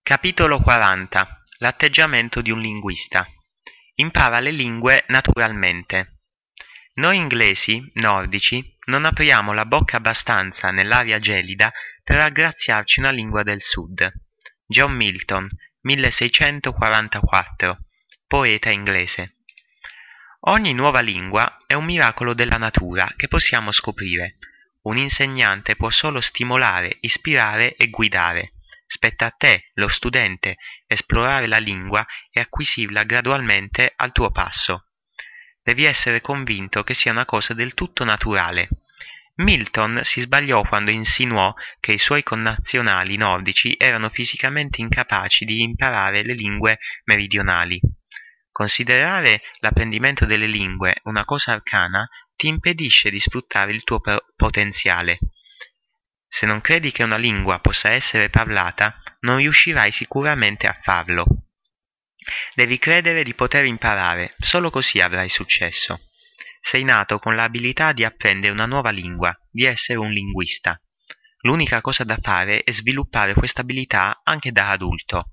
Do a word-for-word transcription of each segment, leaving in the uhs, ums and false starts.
Capitolo quaranta. L'atteggiamento di un linguista. Impara le lingue naturalmente. Noi inglesi, nordici, non apriamo la bocca abbastanza nell'aria gelida per aggraziarci una lingua del sud. John Milton, milleseicentoquarantaquattro, poeta inglese. Ogni nuova lingua è un miracolo della natura che possiamo scoprire. Un insegnante può solo stimolare, ispirare e guidare. Spetta a te, lo studente, esplorare la lingua e acquisirla gradualmente al tuo passo. Devi essere convinto che sia una cosa del tutto naturale. Milton si sbagliò quando insinuò che i suoi connazionali nordici erano fisicamente incapaci di imparare le lingue meridionali. Considerare l'apprendimento delle lingue una cosa arcana ti impedisce di sfruttare il tuo potenziale. Se non credi che una lingua possa essere parlata, non riuscirai sicuramente a farlo. Devi credere di poter imparare, solo così avrai successo. Sei nato con l'abilità di apprendere una nuova lingua, di essere un linguista. L'unica cosa da fare è sviluppare questa abilità anche da adulto.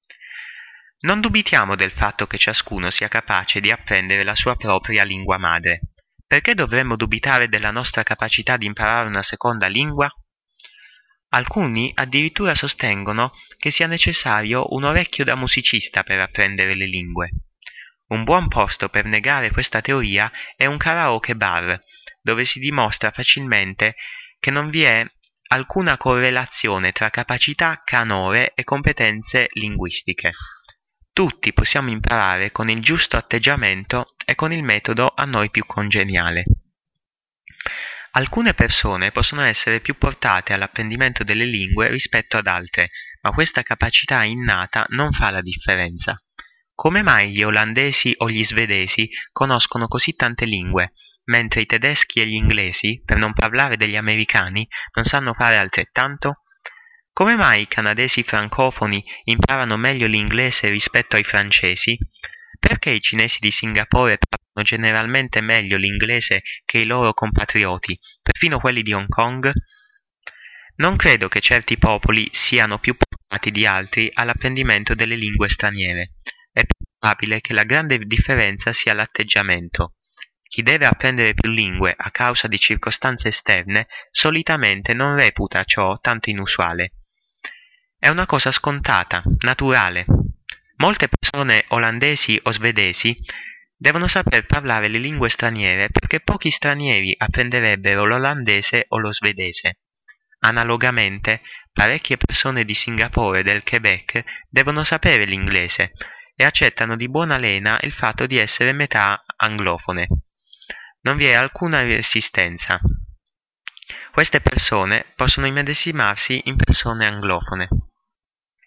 Non dubitiamo del fatto che ciascuno sia capace di apprendere la sua propria lingua madre. Perché dovremmo dubitare della nostra capacità di imparare una seconda lingua? Alcuni addirittura sostengono che sia necessario un orecchio da musicista per apprendere le lingue. Un buon posto per negare questa teoria è un karaoke bar, dove si dimostra facilmente che non vi è alcuna correlazione tra capacità canore e competenze linguistiche. Tutti possiamo imparare con il giusto atteggiamento e con il metodo a noi più congeniale. Alcune persone possono essere più portate all'apprendimento delle lingue rispetto ad altre, ma questa capacità innata non fa la differenza. Come mai gli olandesi o gli svedesi conoscono così tante lingue, mentre i tedeschi e gli inglesi, per non parlare degli americani, non sanno fare altrettanto? Come mai i canadesi francofoni imparano meglio l'inglese rispetto ai francesi? Perché i cinesi di Singapore parlano generalmente meglio l'inglese che i loro compatrioti, perfino quelli di Hong Kong? Non credo che certi popoli siano più portati di altri all'apprendimento delle lingue straniere. È probabile che la grande differenza sia l'atteggiamento. Chi deve apprendere più lingue a causa di circostanze esterne solitamente non reputa ciò tanto inusuale. È una cosa scontata, naturale. Molte persone olandesi o svedesi devono saper parlare le lingue straniere perché pochi stranieri apprenderebbero l'olandese o lo svedese. Analogamente, parecchie persone di Singapore e del Quebec devono sapere l'inglese e accettano di buona lena il fatto di essere metà anglofone. Non vi è alcuna resistenza. Queste persone possono immedesimarsi in persone anglofone.